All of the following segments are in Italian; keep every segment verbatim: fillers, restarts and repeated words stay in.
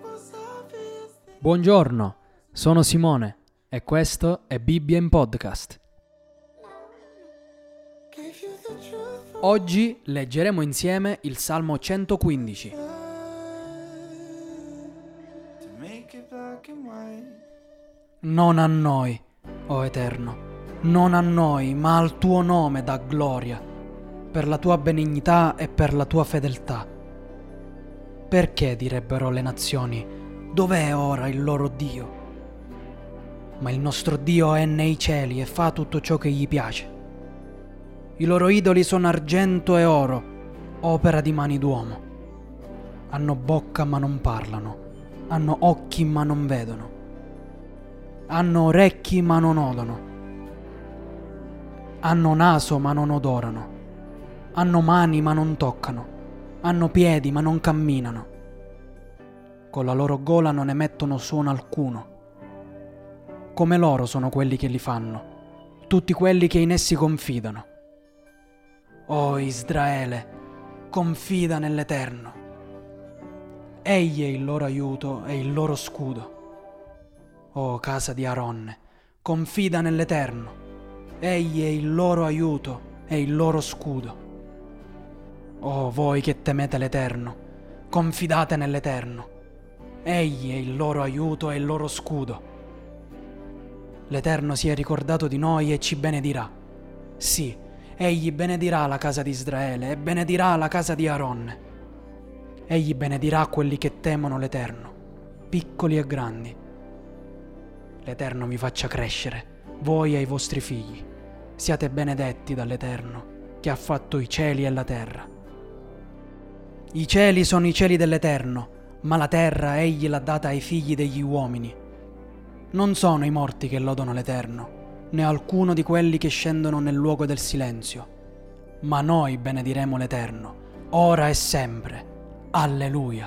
Buongiorno, sono Simone e questo è Bibbia in Podcast. Oggi leggeremo insieme il Salmo centoquindici. Non a noi, o Eterno, non a noi, ma al tuo nome dà gloria, per la tua benignità e per la tua fedeltà. Perché direbbero le nazioni: dov'è ora il loro Dio? Ma il nostro Dio è nei cieli e fa tutto ciò che gli piace. I loro idoli sono argento e oro, opera di mani d'uomo. Hanno bocca ma non parlano, hanno occhi ma non vedono, hanno orecchi ma non odono, hanno naso ma non odorano, hanno mani ma non toccano, hanno piedi ma non camminano. Con la loro gola non emettono suono alcuno. Come loro sono quelli che li fanno, tutti quelli che in essi confidano. O Israele, confida nell'Eterno. Egli è il loro aiuto e il loro scudo. O casa di Aronne, confida nell'Eterno. Egli è il loro aiuto e il loro scudo. O voi che temete l'Eterno, confidate nell'Eterno. Egli è il loro aiuto e il loro scudo. L'Eterno si è ricordato di noi e ci benedirà. Sì, Egli benedirà la casa di Israele e benedirà la casa di Aronne. Egli benedirà quelli che temono l'Eterno, piccoli e grandi. L'Eterno vi faccia crescere, voi e i vostri figli. Siate benedetti dall'Eterno, che ha fatto i cieli e la terra. I cieli sono i cieli dell'Eterno, ma la terra egli l'ha data ai figli degli uomini. Non sono i morti che lodano l'Eterno, né alcuno di quelli che scendono nel luogo del silenzio. Ma noi benediremo l'Eterno, ora e sempre. Alleluia.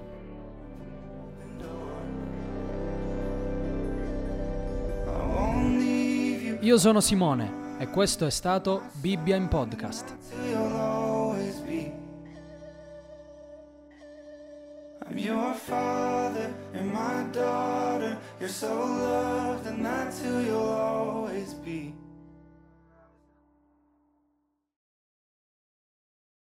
Io sono Simone e questo è stato Bibbia in Podcast. I'm your father and my daughter. You're so loved and that's who you'll always be.